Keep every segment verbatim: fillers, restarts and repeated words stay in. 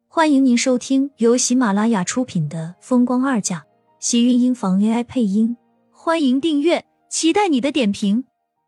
欢迎您收听由喜马拉雅出品的《风光二嫁》，喜运音房 A I 配音。欢迎订阅，期待你的点评。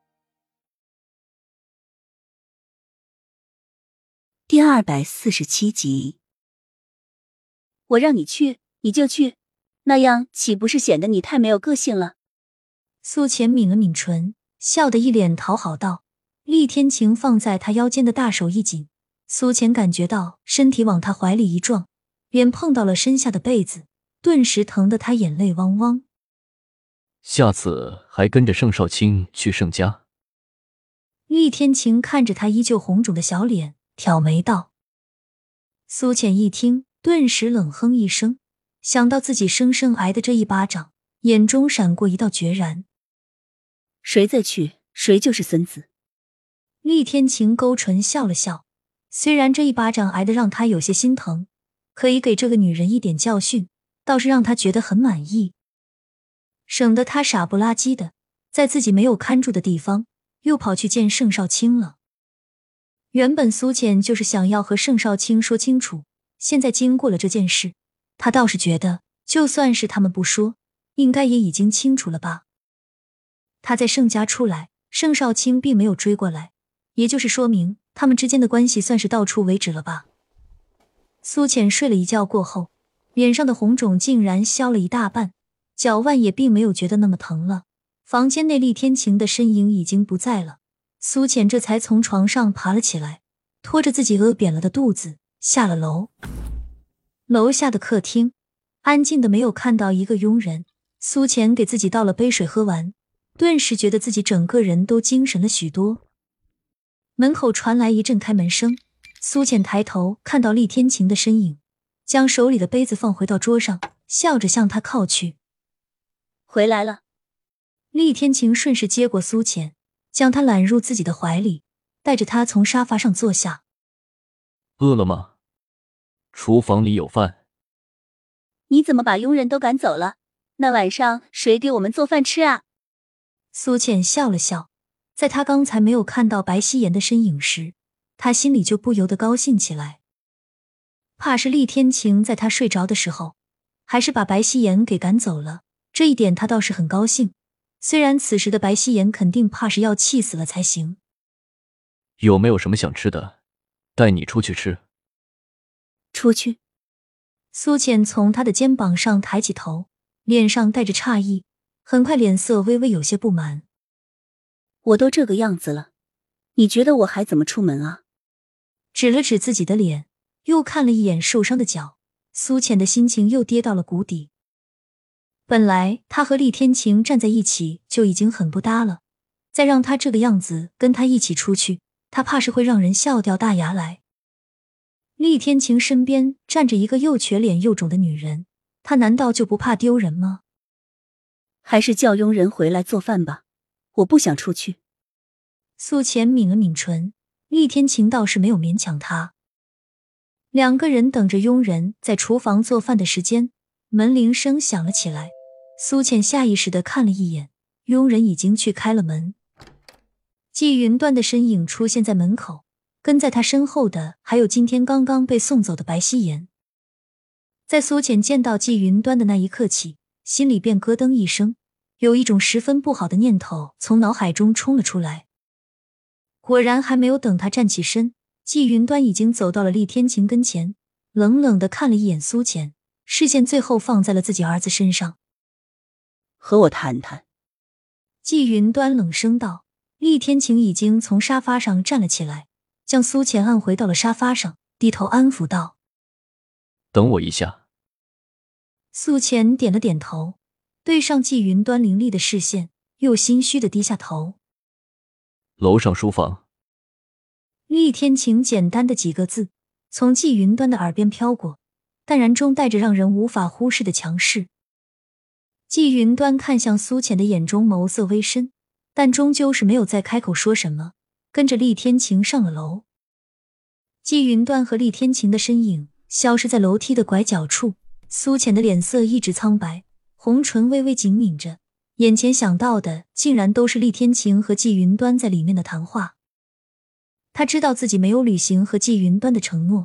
第二百四十七集。我让你去，你就去，那样岂不是显得你太没有个性了？ 苏浅抿了抿唇，笑得一脸讨好道。厉天晴放在他腰间的大手一紧，苏浅感觉到身体往他怀里一撞，脸碰到了身下的被子，顿时疼得他眼泪汪汪。 下次还跟着盛少卿去盛家。 厉天晴看着他依旧红肿的小脸，挑眉道。苏浅一听，顿时冷哼一声，想到自己生生挨的这一巴掌，眼中闪过一道决然。 谁再去，谁就是孙子。 厉天晴勾唇笑了笑，虽然这一巴掌挨得让他有些心疼，可以给这个女人一点教训，倒是让他觉得很满意。省得他傻不拉几的，在自己没有看住的地方，又跑去见盛少卿了。原本苏浅就是想要和盛少卿说清楚，现在经过了这件事，他倒是觉得，就算是他们不说，应该也已经清楚了吧。他在盛家出来，盛少卿并没有追过来，也就是说明他们之间的关系算是到处为止了吧。苏浅睡了一觉过后，脸上的红肿竟然消了一大半，脚腕也并没有觉得那么疼了。房间内厉天晴的身影已经不在了，苏浅这才从床上爬了起来，拖着自己饿扁了的肚子下了楼。楼下的客厅安静的没有看到一个佣人，苏浅给自己倒了杯水喝完，顿时觉得自己整个人都精神了许多。门口传来一阵开门声，苏浅抬头看到厉天晴的身影，将手里的杯子放回到桌上，笑着向他靠去。 回来了。 厉天晴顺势接过苏浅，将他揽入自己的怀里，带着他从沙发上坐下。 饿了吗？厨房里有饭。 你怎么把佣人都赶走了？那晚上谁给我们做饭吃啊？ 苏浅笑了笑，在他刚才没有看到白希言的身影时，他心里就不由得高兴起来。怕是厉天晴在他睡着的时候，还是把白希言给赶走了，这一点他倒是很高兴。虽然此时的白希言肯定怕是要气死了才行。 有没有什么想吃的？带你出去吃。 出去。 苏浅从他的肩膀上抬起头，脸上带着诧异，很快脸色微微有些不满。 我都这个样子了，你觉得我还怎么出门啊？ 指了指自己的脸，又看了一眼受伤的脚，苏浅的心情又跌到了谷底。本来他和厉天晴站在一起就已经很不搭了，再让他这个样子跟他一起出去，他怕是会让人笑掉大牙来。厉天晴身边站着一个又瘸脸又肿的女人，他难道就不怕丢人吗？ 还是叫佣人回来做饭吧，我不想出去。 苏浅抿了抿唇，厉天晴倒是没有勉强他。两个人等着佣人在厨房做饭的时间，门铃声响了起来。苏浅下意识地看了一眼，佣人已经去开了门。季云端的身影出现在门口，跟在他身后的还有今天刚刚被送走的白希言。在苏浅见到季云端的那一刻起，心里便咯噔一声，有一种十分不好的念头从脑海中冲了出来。果然还没有等他站起身，季云端已经走到了厉天晴跟前，冷冷地看了一眼苏浅，视线最后放在了自己儿子身上。 和我谈谈。 季云端冷声道。厉天晴已经从沙发上站了起来，将苏浅按回到了沙发上，低头安抚道。 等我一下。 苏浅点了点头，对上季云端凌厉的视线，又心虚地低下头。 楼上书房。 厉天晴简单的几个字从季云端的耳边飘过，淡然中带着让人无法忽视的强势。季云端看向苏浅的眼中眸色微深，但终究是没有再开口说什么，跟着厉天晴上了楼。季云端和厉天晴的身影消失在楼梯的拐角处，苏浅的脸色一直苍白，红唇微微紧抿着，眼前想到的竟然都是厉天晴和季云端在里面的谈话。他知道自己没有履行和季云端的承诺，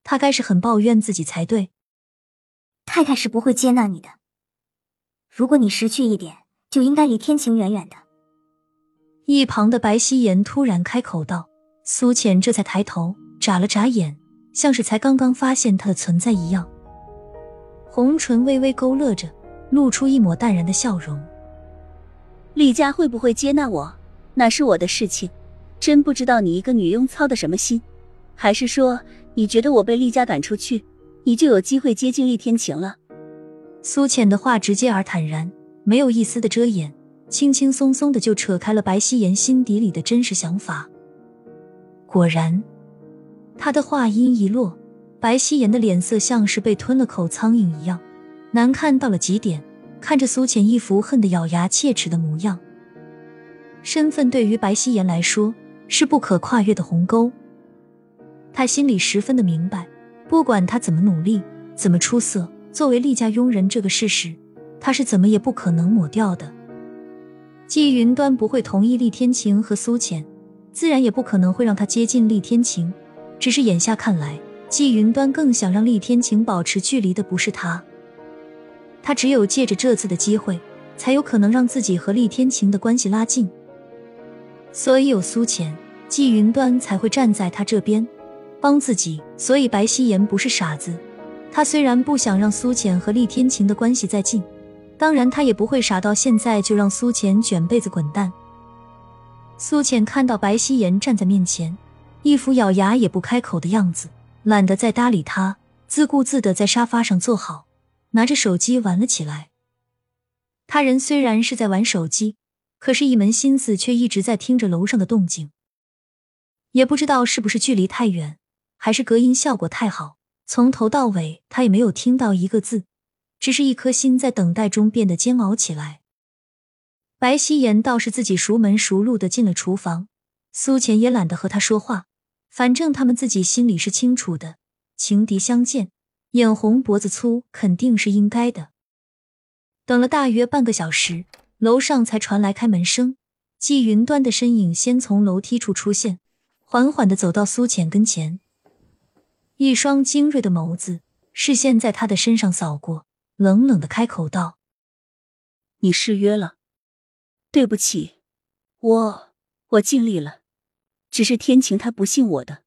他该是很抱怨自己才对。 太太是不会接纳你的，如果你识趣一点，就应该离天晴远远的。 一旁的白希言突然开口道，苏浅这才抬头眨了眨眼，像是才刚刚发现他的存在一样，红唇微微勾勒着，露出一抹淡然的笑容。 厉家会不会接纳我，那是我的事情，真不知道你一个女佣操的什么心，还是说你觉得我被厉家赶出去，你就有机会接近厉天晴了？ 苏浅的话直接而坦然，没有一丝的遮掩，轻轻松松的就扯开了白希言心底里的真实想法。果然，他的话音一落，白希言的脸色像是被吞了口苍蝇一样，难看到了极点，看着苏浅一副恨得咬牙切齿的模样。身份对于白希言来说是不可跨越的鸿沟，他心里十分的明白，不管他怎么努力，怎么出色，作为厉家佣人这个事实，他是怎么也不可能抹掉的。季云端不会同意厉天晴和苏浅，自然也不可能会让他接近厉天晴，只是眼下看来，季云端更想让厉天晴保持距离的不是他。他只有借着这次的机会，才有可能让自己和厉天晴的关系拉近。所以有苏浅，季云端才会站在他这边，帮自己。所以白希言不是傻子，他虽然不想让苏浅和厉天晴的关系再近，当然他也不会傻到现在就让苏浅卷被子滚蛋。苏浅看到白希言站在面前，一副咬牙也不开口的样子，懒得再搭理他，自顾自地在沙发上坐好，拿着手机玩了起来。他人虽然是在玩手机，可是一门心思却一直在听着楼上的动静。也不知道是不是距离太远，还是隔音效果太好，从头到尾他也没有听到一个字，只是一颗心在等待中变得煎熬起来。白希言倒是自己熟门熟路地进了厨房，苏浅也懒得和他说话，反正他们自己心里是清楚的，情敌相见，眼红脖子粗肯定是应该的。等了大约半个小时，楼上才传来开门声，季云端的身影先从楼梯处出现，缓缓地走到苏浅跟前，一双精锐的眸子视线在他的身上扫过，冷冷地开口道： 你失约了，对不起，我我尽力了，只是天晴他不信我的。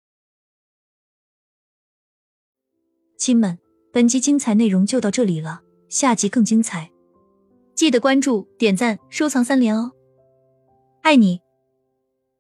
亲们，本集精彩内容就到这里了，下集更精彩，记得关注、点赞、收藏三连哦，爱你。